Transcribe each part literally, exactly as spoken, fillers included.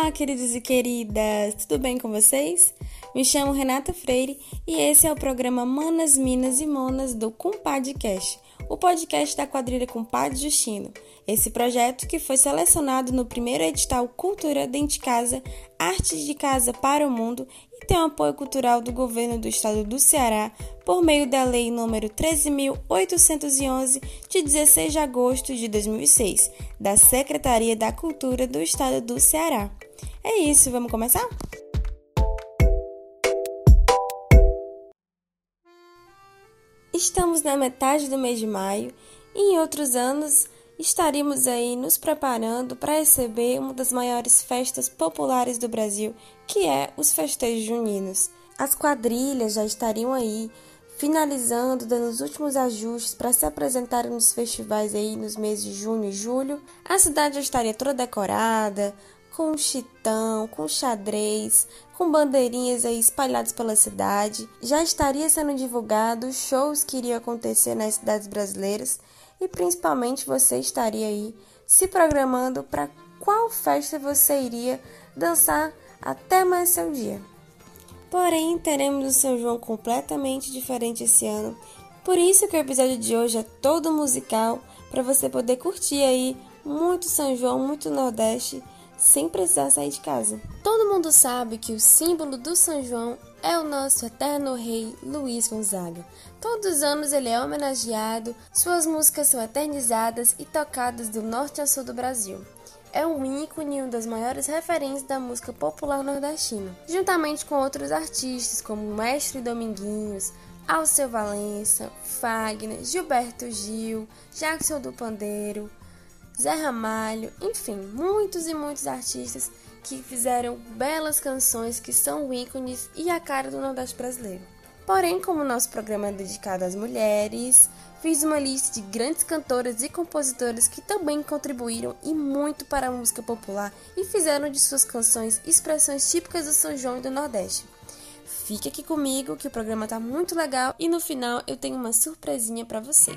Olá, queridos e queridas! Tudo bem com vocês? Me chamo Renata Freire e esse é o programa Manas, Minas e Monas do Compadcast, o podcast da quadrilha Compadre Justino. Esse projeto que foi selecionado no primeiro edital Cultura Dentro de Casa, Artes de Casa para o Mundo e tem o apoio cultural do governo do estado do Ceará por meio da Lei número treze mil oitocentos e onze, de dezesseis de agosto de dois mil e seis, da Secretaria da Cultura do estado do Ceará. É isso, vamos começar? Estamos na metade do mês de maio e em outros anos estaríamos aí nos preparando para receber uma das maiores festas populares do Brasil, que é os festejos juninos. As quadrilhas já estariam aí finalizando, dando os últimos ajustes para se apresentarem nos festivais aí nos meses de junho e julho. A cidade já estaria toda decorada, com chitão, com xadrez, com bandeirinhas aí espalhadas pela cidade. Já estaria sendo divulgado os shows que iriam acontecer nas cidades brasileiras e principalmente você estaria aí se programando para qual festa você iria dançar até amanhecer o dia. Porém, teremos o São João completamente diferente esse ano. Por isso que o episódio de hoje é todo musical, para você poder curtir aí muito São João, muito Nordeste, sem precisar sair de casa. Todo mundo sabe que o símbolo do São João é o nosso eterno rei Luiz Gonzaga. Todos os anos ele é homenageado, suas músicas são eternizadas e tocadas do norte a sul do Brasil. É um ícone e uma das maiores referências da música popular nordestina, juntamente com outros artistas como Mestre Dominguinhos, Alceu Valença, Fagner, Gilberto Gil, Jackson do Pandeiro, Zé Ramalho, enfim, muitos e muitos artistas que fizeram belas canções que são ícones e a cara do Nordeste brasileiro. Porém, como o nosso programa é dedicado às mulheres, fiz uma lista de grandes cantoras e compositoras que também contribuíram e muito para a música popular e fizeram de suas canções expressões típicas do São João e do Nordeste. Fique aqui comigo que o programa tá muito legal e no final eu tenho uma surpresinha para vocês.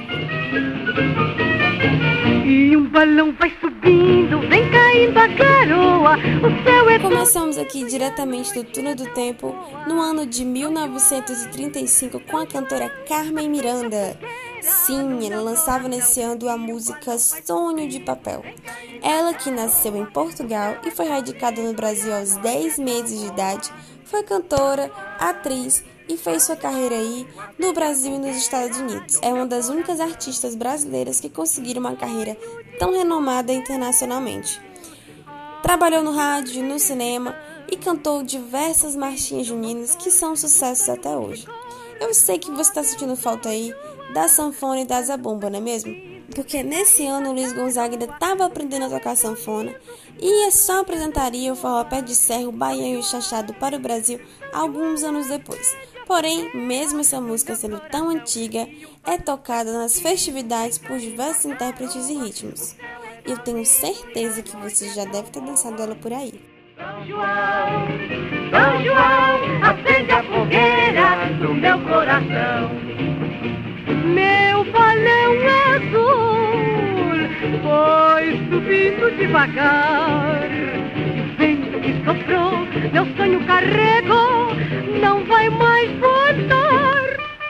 E um balão vai subindo, vem caindo a garoa, o céu é... Começamos aqui diretamente do Túnel do Tempo, no ano de mil novecentos e trinta e cinco, com a cantora Carmen Miranda. Sim, ela lançava nesse ano a música Sonho de Papel. Ela, que nasceu em Portugal e foi radicada no Brasil aos dez meses de idade, foi cantora, atriz e fez sua carreira aí no Brasil e nos Estados Unidos. É uma das únicas artistas brasileiras que conseguiram uma carreira tão renomada internacionalmente. Trabalhou no rádio, no cinema e cantou diversas marchinhas juninas que são sucessos até hoje. Eu sei que você está sentindo falta aí da sanfona e da zabumba, não é mesmo? Porque nesse ano o Luiz Gonzaga ainda estava aprendendo a tocar sanfona e só apresentaria o forró pé de serra, o baião e o chachado para o Brasil alguns anos depois. Porém, mesmo essa música sendo tão antiga, é tocada nas festividades por diversos intérpretes e ritmos. Eu tenho certeza que você já deve ter dançado ela por aí. São João, São João, acende a fogueira no meu coração. Meu balão azul foi subindo devagar. E o vento que soprou, meu sonho carregou, não vai mais voltar.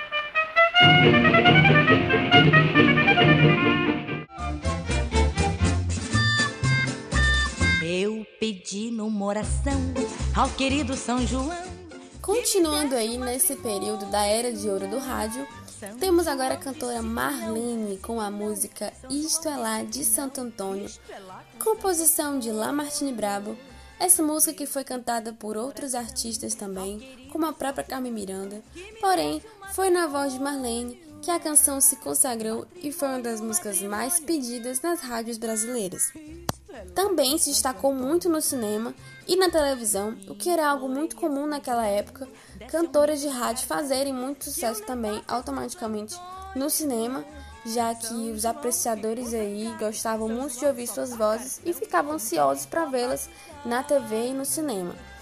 Eu pedi numa oração ao querido São João. Continuando aí nesse período da Era de Ouro do rádio, temos agora a cantora Marlene com a música Isto é Lá de Santo Antônio, composição de Lamartine Brabo. Essa música que foi cantada por outros artistas também, como a própria Carmen Miranda, porém foi na voz de Marlene que a canção se consagrou e foi uma das músicas mais pedidas nas rádios brasileiras. Também se destacou muito no cinema e na televisão, o que era algo muito comum naquela época, cantoras de rádio fazerem muito sucesso também automaticamente no cinema, já que os apreciadores aí gostavam muito de ouvir suas vozes e ficavam ansiosos para vê-las na T V e no cinema.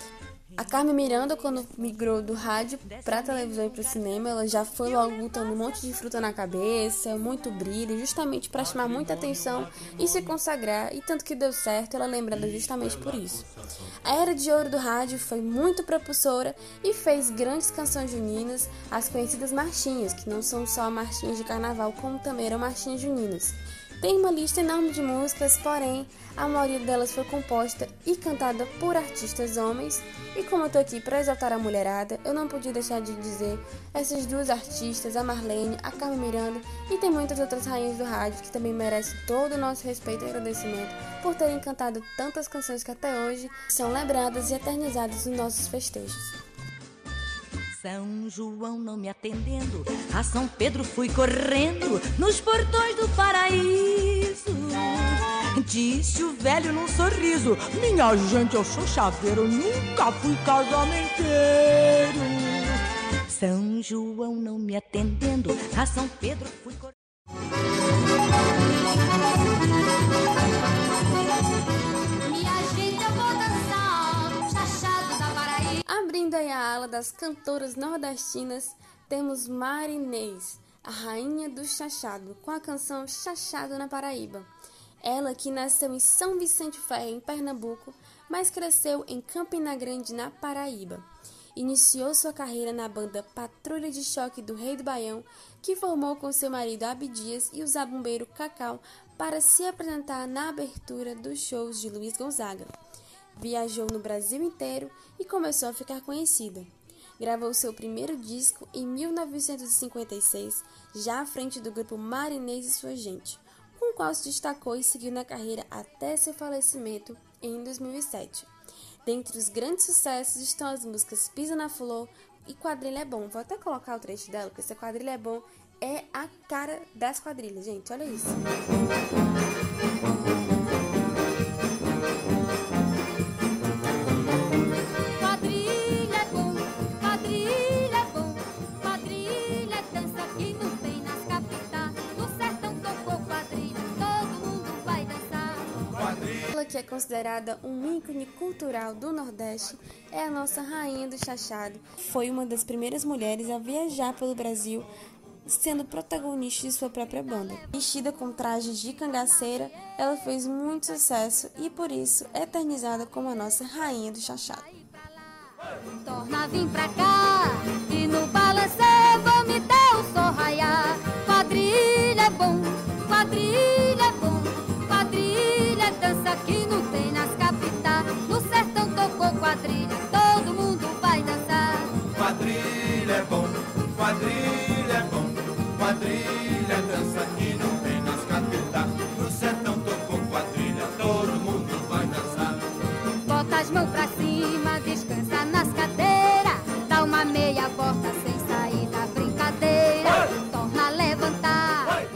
A Carmen Miranda, quando migrou do rádio para a televisão e para o cinema, ela já foi logo botando um monte de fruta na cabeça, muito brilho, justamente para chamar muita atenção e se consagrar, e tanto que deu certo, ela é lembrada justamente por isso. A era de ouro do rádio foi muito propulsora e fez grandes canções juninas, as conhecidas marchinhas, que não são só marchinhas de carnaval, como também eram marchinhas juninas. Tem uma lista enorme de músicas, porém, a maioria delas foi composta e cantada por artistas homens. E como eu tô aqui para exaltar a mulherada, eu não podia deixar de dizer essas duas artistas, a Marlene, a Carmen Miranda, e tem muitas outras rainhas do rádio que também merecem todo o nosso respeito e agradecimento por terem cantado tantas canções que até hoje são lembradas e eternizadas nos nossos festejos. São João não me atendendo, a São Pedro fui correndo nos portões do paraíso. Disse o velho num sorriso: minha gente, eu sou chaveiro, nunca fui casamenteiro. São João não me atendendo, a São Pedro fui correndo. Abrindo aí a ala das cantoras nordestinas, temos Mari Inês, a rainha do chachado, com a canção Chachado na Paraíba. Ela que nasceu em São Vicente Ferro, em Pernambuco, mas cresceu em Campina Grande, na Paraíba. Iniciou sua carreira na banda Patrulha de Choque do Rei do Baião, que formou com seu marido Abdias e o zabumbeiro Cacau para se apresentar na abertura dos shows de Luiz Gonzaga. Viajou no Brasil inteiro e começou a ficar conhecida. Gravou seu primeiro disco em mil novecentos e cinquenta e seis, já à frente do grupo Mari Inês e Sua Gente, com o qual se destacou e seguiu na carreira até seu falecimento em dois mil e sete. Dentre os grandes sucessos estão as músicas Pisa na Flor e Quadrilha é Bom. Vou até colocar o trecho dela, porque essa Quadrilha é Bom é a cara das quadrilhas, gente, olha isso. Que é considerada um ícone cultural do Nordeste, é a nossa rainha do chachado. Foi uma das primeiras mulheres a viajar pelo Brasil, sendo protagonista de sua própria banda. Vestida com trajes de cangaceira, ela fez muito sucesso e por isso é eternizada como a nossa rainha do chachado. Torna vim pra cá e no balançar vou me dar o sol raiar. Quadrilha é bom, quadrilha é bom, quadrilha é dança que não tem nas capitais. No sertão tocou quadrilha, todo mundo vai dançar. Quadrilha é bom, quadrilha é bom, quadrilha é dança que não tem nas capitais. No sertão tocou quadrilha, todo mundo vai dançar. Bota as mãos pra cima, descansa nas cadeiras, dá uma meia volta sem sair da brincadeira. Oi! Torna a levantar. Oi!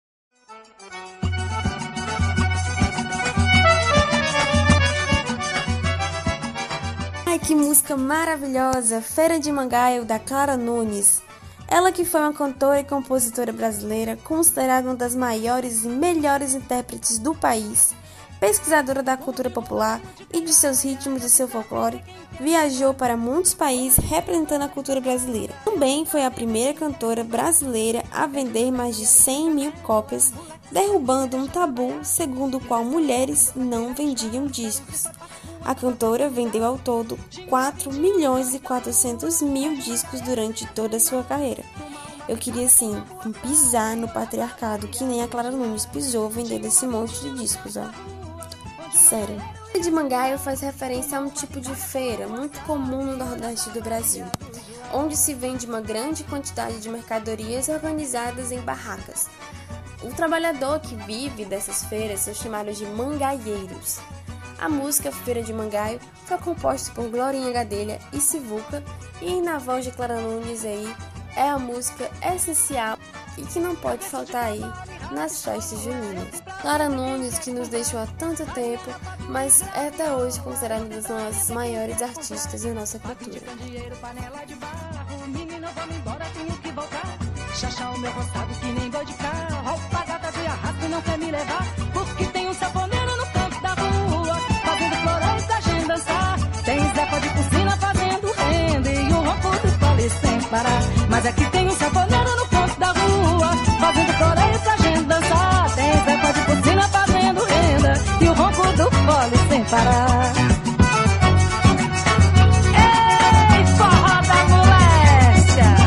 Ai, que música maravilhosa! Feira de Mangaio, da Clara Nunes. Ela que foi uma cantora e compositora brasileira, considerada uma das maiores e melhores intérpretes do país, pesquisadora da cultura popular e de seus ritmos e seu folclore, viajou para muitos países representando a cultura brasileira. Também foi a primeira cantora brasileira a vender mais de cem mil cópias, derrubando um tabu segundo o qual mulheres não vendiam discos. A cantora vendeu ao todo quatro milhões e quatrocentos mil discos durante toda a sua carreira. Eu queria, assim, pisar no patriarcado que nem a Clara Nunes pisou vendendo esse monte de discos, ó. Sério. A Feira de Mangaio faz referência a um tipo de feira muito comum no Nordeste do Brasil, onde se vende uma grande quantidade de mercadorias organizadas em barracas. O trabalhador que vive dessas feiras são chamados de mangaieiros. A música Feira de Mangaio foi composta por Glorinha Gadelha e Sivuca, e na voz de Clara Nunes aí é a música essencial e que não pode faltar aí nas festas juninas. Clara Nunes, que nos deixou há tanto tempo, mas é até hoje considerada uma das nossas maiores artistas da nossa cultura. Chachar o meu roçado que nem boi de carro, roupa gata de arrasto não quer me levar, porque tem um saponeiro no canto da rua, fazendo floresta a gente dançar, tem Zé de piscina fazendo Mas aqui tem um sanfoneiro no canto da rua, fazendo coreia pra gente dançar. Tem Zé de Porcina fazendo renda e o ronco do fole sem parar. Ei, forró da moléstia!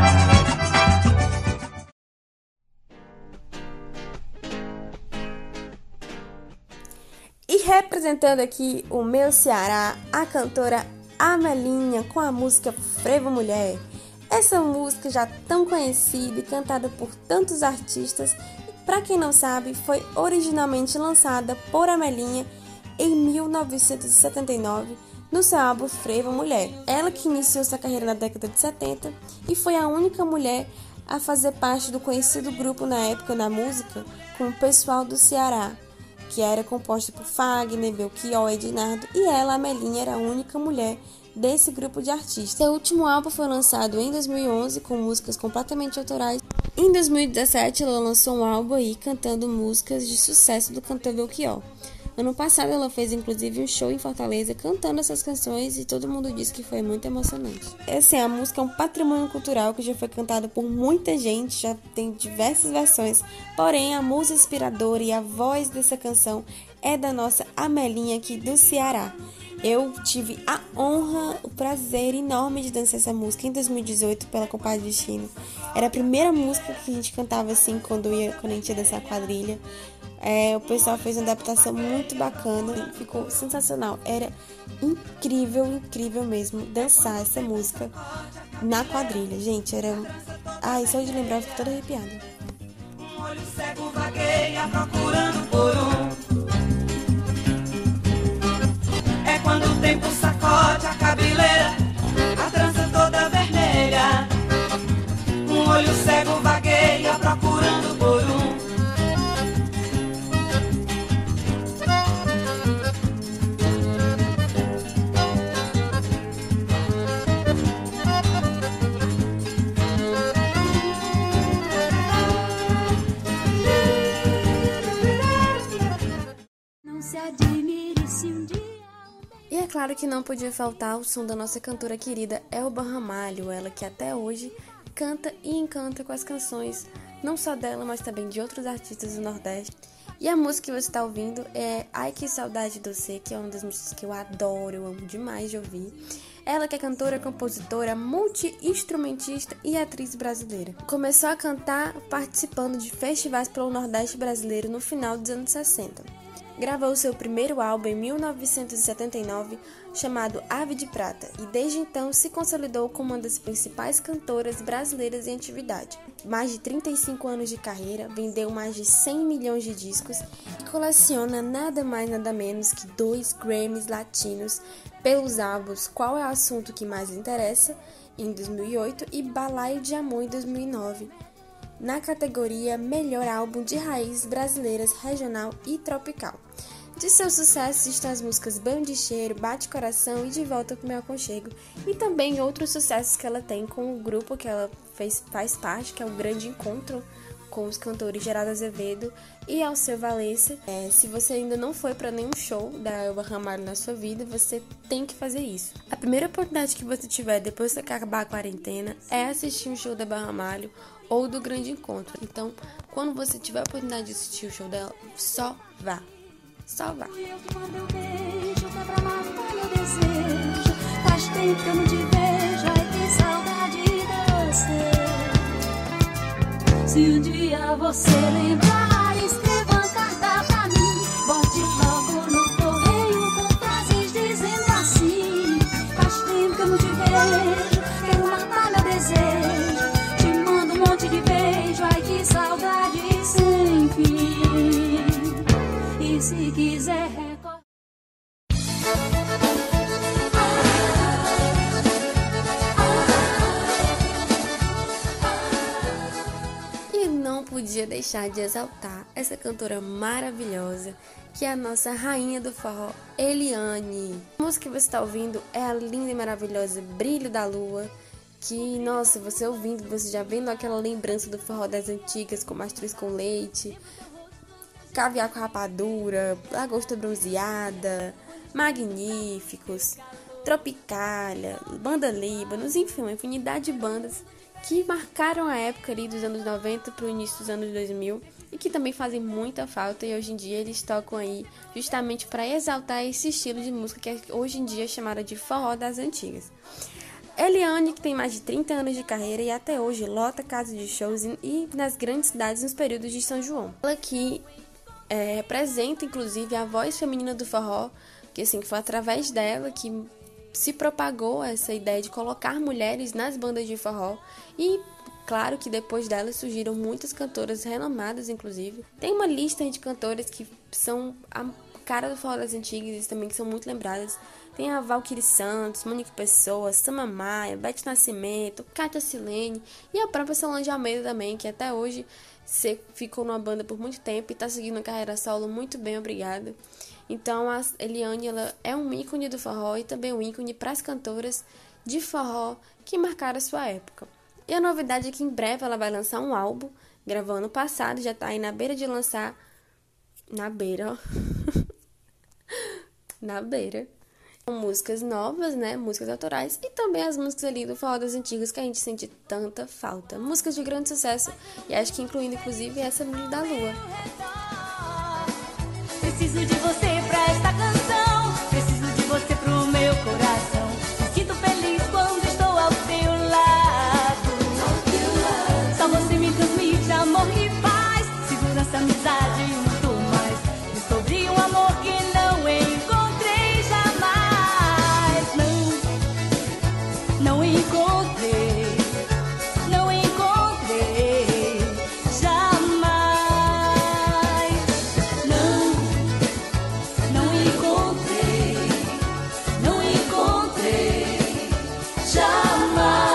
E representando aqui o meu Ceará, a cantora Amelinha com a música Frevo Mulher. Essa música já tão conhecida e cantada por tantos artistas, para quem não sabe, foi originalmente lançada por Amelinha em mil novecentos e setenta e nove no seu álbum Frevo Mulher. Ela que iniciou sua carreira na década de setenta e foi a única mulher a fazer parte do conhecido grupo na época na música com o pessoal do Ceará, que era composta por Fagner, Belchior, Ednardo, e ela, Amelinha, era a única mulher desse grupo de artistas. Seu último álbum foi lançado em dois mil e onze com músicas completamente autorais. Em dois mil e dezessete, ela lançou um álbum aí cantando músicas de sucesso do cantor Belchior. Ano passado, ela fez inclusive um show em Fortaleza cantando essas canções e todo mundo disse que foi muito emocionante. Assim, a música é um patrimônio cultural que já foi cantado por muita gente, já tem diversas versões, porém a música inspiradora e a voz dessa canção é da nossa Amelinha aqui do Ceará. Eu tive a honra, o prazer enorme de dançar essa música em dois mil e dezoito pela Compadre Destino. Era a primeira música que a gente cantava assim quando, ia, quando a gente ia dançar a quadrilha. É, o pessoal fez uma adaptação muito bacana, ficou sensacional. Era incrível, incrível mesmo dançar essa música na quadrilha. Gente, era... Ai, só de lembrar eu fico toda arrepiada. Um olho cego vagueia procurando por um. É quando o tempo sacode a cabeleira, a trança toda vermelha. Um olho cego vagueia procurando por um. Não se admire se um dia... E é claro que não podia faltar o som da nossa cantora querida Elba Ramalho, ela que até hoje canta e encanta com as canções, não só dela, mas também de outros artistas do Nordeste. E a música que você está ouvindo é Ai Que Saudade de Você, que é uma das músicas que eu adoro, eu amo demais de ouvir. Ela que é cantora, compositora, multi-instrumentista e atriz brasileira. Começou a cantar participando de festivais pelo Nordeste brasileiro no final dos anos sessenta. Gravou seu primeiro álbum em mil novecentos e setenta e nove, chamado Ave de Prata, e desde então se consolidou como uma das principais cantoras brasileiras em atividade. Mais de trinta e cinco anos de carreira, vendeu mais de cem milhões de discos e coleciona nada mais nada menos que dois Grammys latinos pelos álbuns Qual é o Assunto que Mais Interessa, em dois mil e oito, e Balaio de Amor, em dois mil e nove. Na categoria Melhor Álbum de Raízes Brasileiras Regional e Tropical. De seus sucessos estão as músicas Banho de Cheiro, Bate Coração e De Volta Pro Meu Aconchego, e também outros sucessos que ela tem com o grupo que ela fez, faz parte, que é o Grande Encontro, com os cantores Geraldo Azevedo e Alceu Valença. É, se você ainda não foi para nenhum show da Elba Ramalho na sua vida, você tem que fazer isso. A primeira oportunidade que você tiver depois que acabar a quarentena é assistir um show da Elba Ramalho ou do Grande Encontro. Então, quando você tiver a oportunidade de assistir o show dela, só vá. Só vá. Quando eu vejo, vai pra matar meu desejo. Faz tempo que eu não te vejo, ai que saudade de você. Se um dia você lembrar, escreva uma carta pra mim. Bote logo no correio com frases dizendo assim: faz tempo que eu não te vejo, quero matar meu desejo. Te mando um monte de beijo, ai que saudade sem fim. E se quiser recordar. E não podia deixar de exaltar essa cantora maravilhosa, que é a nossa rainha do forró, Eliane. A música que você está ouvindo é a linda e maravilhosa Brilho da Lua, que, nossa, você ouvindo, você já vendo aquela lembrança do forró das antigas, com mastruz com leite, Caviar com Rapadura, Lagosta Bronzeada, Magníficos, Tropicália, Banda Líbanos, enfim, uma infinidade de bandas que marcaram a época ali dos anos noventa para o início dos anos dois mil e que também fazem muita falta, e hoje em dia eles tocam aí justamente para exaltar esse estilo de música que é hoje em dia é chamada de forró das antigas. Eliane, que tem mais de trinta anos de carreira e até hoje lota casas de shows e nas grandes cidades nos períodos de São João. Ela que é, representa inclusive a voz feminina do forró, que assim foi através dela que se propagou essa ideia de colocar mulheres nas bandas de forró, e claro que depois dela surgiram muitas cantoras renomadas, inclusive. Tem uma lista de cantoras que são a cara do forró das antigas e também que são muito lembradas. Tem a Valquíria Santos, Monique Pessoa, Sama Maia, Beth Nascimento, Cátia Silene e a própria Solange Almeida também, que até hoje ficou numa banda por muito tempo e está seguindo uma carreira solo muito bem, obrigada. Então a Eliane, ela é um ícone do forró e também um ícone para as cantoras de forró que marcaram a sua época. E a novidade é que em breve ela vai lançar um álbum, gravou ano passado, já está aí na beira de lançar, na beira, ó, na beira, com músicas novas, né, músicas autorais e também as músicas ali do forró das antigas que a gente sente tanta falta, músicas de grande sucesso e acho que incluindo inclusive essa Brilho da Lua. Preciso de você pra esta canção, preciso de você pro meu coração. Me sinto feliz quando estou ao teu lado. Só você me transmite amor e paz, segurança, amizade e muito mais. Descobri um amor que não encontrei jamais. Não, não encontrei, não encontrei jamais. Não. Não encontrei, não encontrei jamais.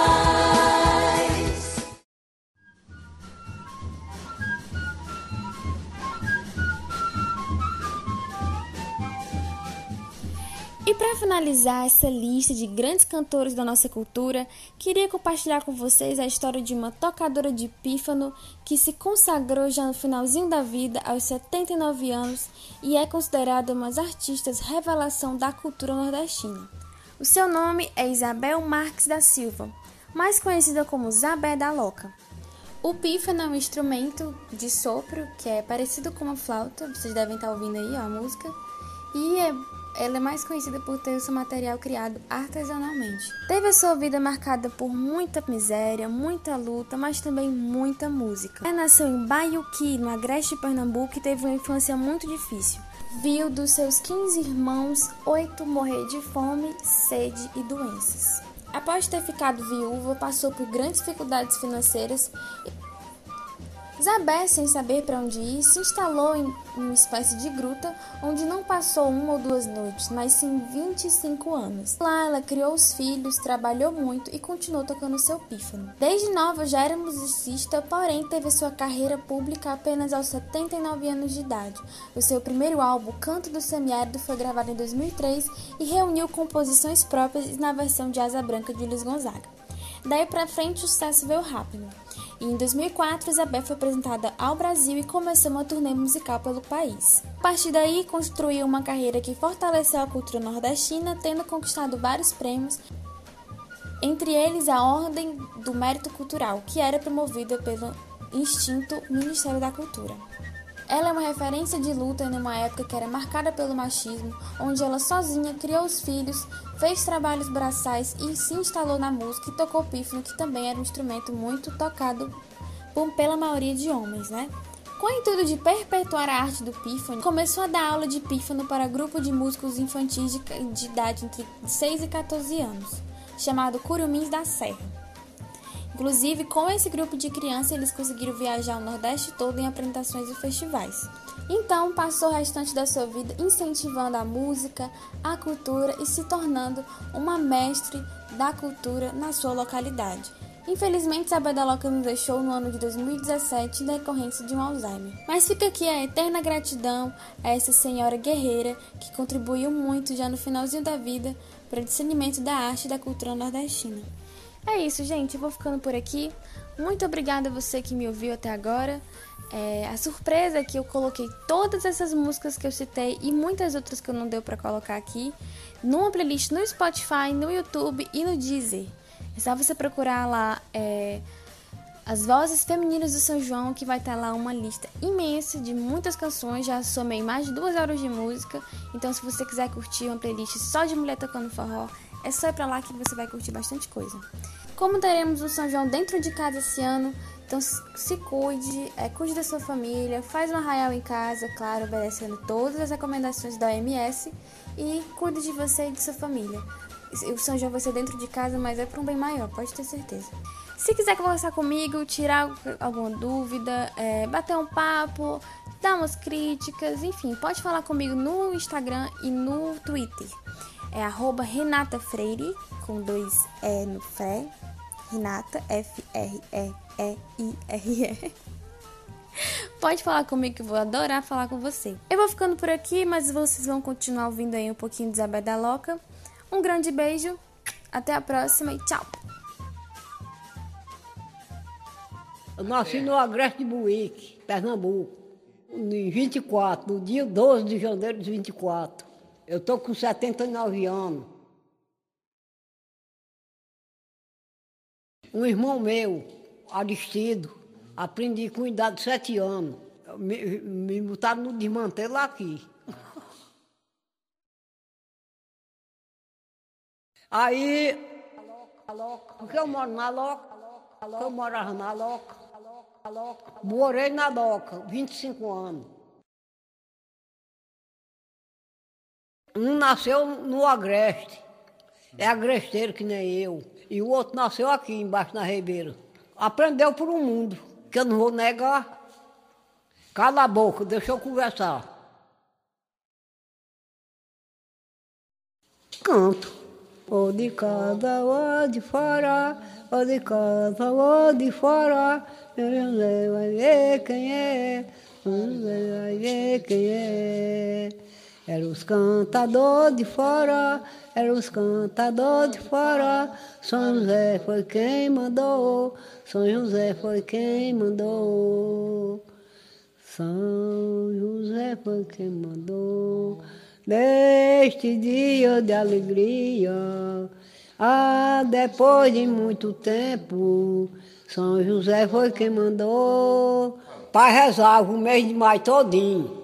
E para finalizar essa lista de grandes cantores da nossa cultura, queria compartilhar com vocês a história de uma tocadora de pífano que se consagrou já no finalzinho da vida, aos setenta e nove anos, e é considerada uma das artistas revelação da cultura nordestina. O seu nome é Isabel Marques da Silva, mais conhecida como Zabé da Loca. O pífano é um instrumento de sopro que é parecido com uma flauta, vocês devem estar ouvindo aí ó, a música, e é ela é mais conhecida por ter o seu material criado artesanalmente. Teve a sua vida marcada por muita miséria, muita luta, mas também muita música. Ela nasceu em Baiuqui, no Agreste, Pernambuco, e teve uma infância muito difícil. Viu dos seus quinze irmãos, oito morrer de fome, sede e doenças. Após ter ficado viúva, passou por grandes dificuldades financeiras. Zabé, sem saber para onde ir, se instalou em uma espécie de gruta onde não passou uma ou duas noites, mas sim vinte e cinco anos. Lá ela criou os filhos, trabalhou muito e continuou tocando seu pífano. Desde nova já era musicista, porém teve sua carreira pública apenas aos setenta e nove anos de idade. O seu primeiro álbum, Canto do Semiárido, foi gravado em dois mil e três e reuniu composições próprias na versão de Asa Branca de Luiz Gonzaga. Daí pra frente o sucesso veio rápido. E em dois mil e quatro, Isabel foi apresentada ao Brasil e começou uma turnê musical pelo país. A partir daí, construiu uma carreira que fortaleceu a cultura nordestina, tendo conquistado vários prêmios, entre eles a Ordem do Mérito Cultural, que era promovida pelo extinto Ministério da Cultura. Ela é uma referência de luta em uma época que era marcada pelo machismo, onde ela sozinha criou os filhos, fez trabalhos braçais e se instalou na música e tocou pífano, que também era um instrumento muito tocado por, pela maioria de homens, né? Com o intuito de perpetuar a arte do pífano, começou a dar aula de pífano para grupo de músicos infantis de, de idade entre seis e quatorze anos, chamado Curumins da Serra. Inclusive, com esse grupo de crianças, eles conseguiram viajar o Nordeste todo em apresentações e festivais. Então, passou o restante da sua vida incentivando a música, a cultura e se tornando uma mestre da cultura na sua localidade. Infelizmente, Zabé da Loca nos deixou no ano de dois mil e dezessete em decorrência de um Alzheimer. Mas fica aqui a eterna gratidão a essa senhora guerreira que contribuiu muito já no finalzinho da vida para o discernimento da arte e da cultura nordestina. É isso, gente. Eu vou ficando por aqui. Muito obrigada a você que me ouviu até agora. É, a surpresa é que eu coloquei todas essas músicas que eu citei e muitas outras que eu não deu para colocar aqui numa playlist no Spotify, no YouTube e no Deezer. É só você procurar lá é, as vozes femininas do São João, que vai estar lá uma lista imensa de muitas canções. Já somei mais de duas horas de música. Então, se você quiser curtir uma playlist só de mulher tocando forró, é só ir pra lá que você vai curtir bastante coisa. Como teremos o São João dentro de casa esse ano, então se cuide, é, cuide da sua família, faz um arraial em casa, claro, obedecendo todas as recomendações da O M S, e cuide de você e de sua família. O São João vai ser dentro de casa, mas é para um bem maior, pode ter certeza. Se quiser conversar comigo, tirar alguma dúvida, é, bater um papo, dar umas críticas, enfim, pode falar comigo no Instagram e no Twitter. É arroba Renata Freire, com dois E no Fre, Renata, F R E E I R E. Pode falar comigo que eu vou adorar falar com você. Eu vou ficando por aqui, mas vocês vão continuar ouvindo aí um pouquinho de Zabé da Loca. Um grande beijo, até a próxima e tchau! Eu nasci no Agreste de Buíque, Pernambuco, em vinte e quatro, no dia doze de janeiro de vinte e quatro. Eu estou com setenta e nove anos. Um irmão meu, Aristido, aprendi com idade de sete anos. Me, me botaram no desmantelo aqui. Aí, porque eu moro na Loca, eu morava na Loca, morei na Loca, vinte e cinco anos. Um nasceu no Agreste, é agresteiro que nem eu. E o outro nasceu aqui, embaixo na Ribeira. Aprendeu por um mundo, que eu não vou negar. Cala a boca, deixa eu conversar. Canto. Ou de casa ou de fora, ou de casa ou de fora, José vai ver quem é, José vai ver quem é. Eram os cantadores de fora, eram os cantadores de fora. São José foi quem mandou, São José foi quem mandou. São José foi quem mandou. Neste dia de alegria, ah, depois de muito tempo, São José foi quem mandou para rezar o mês de maio todinho.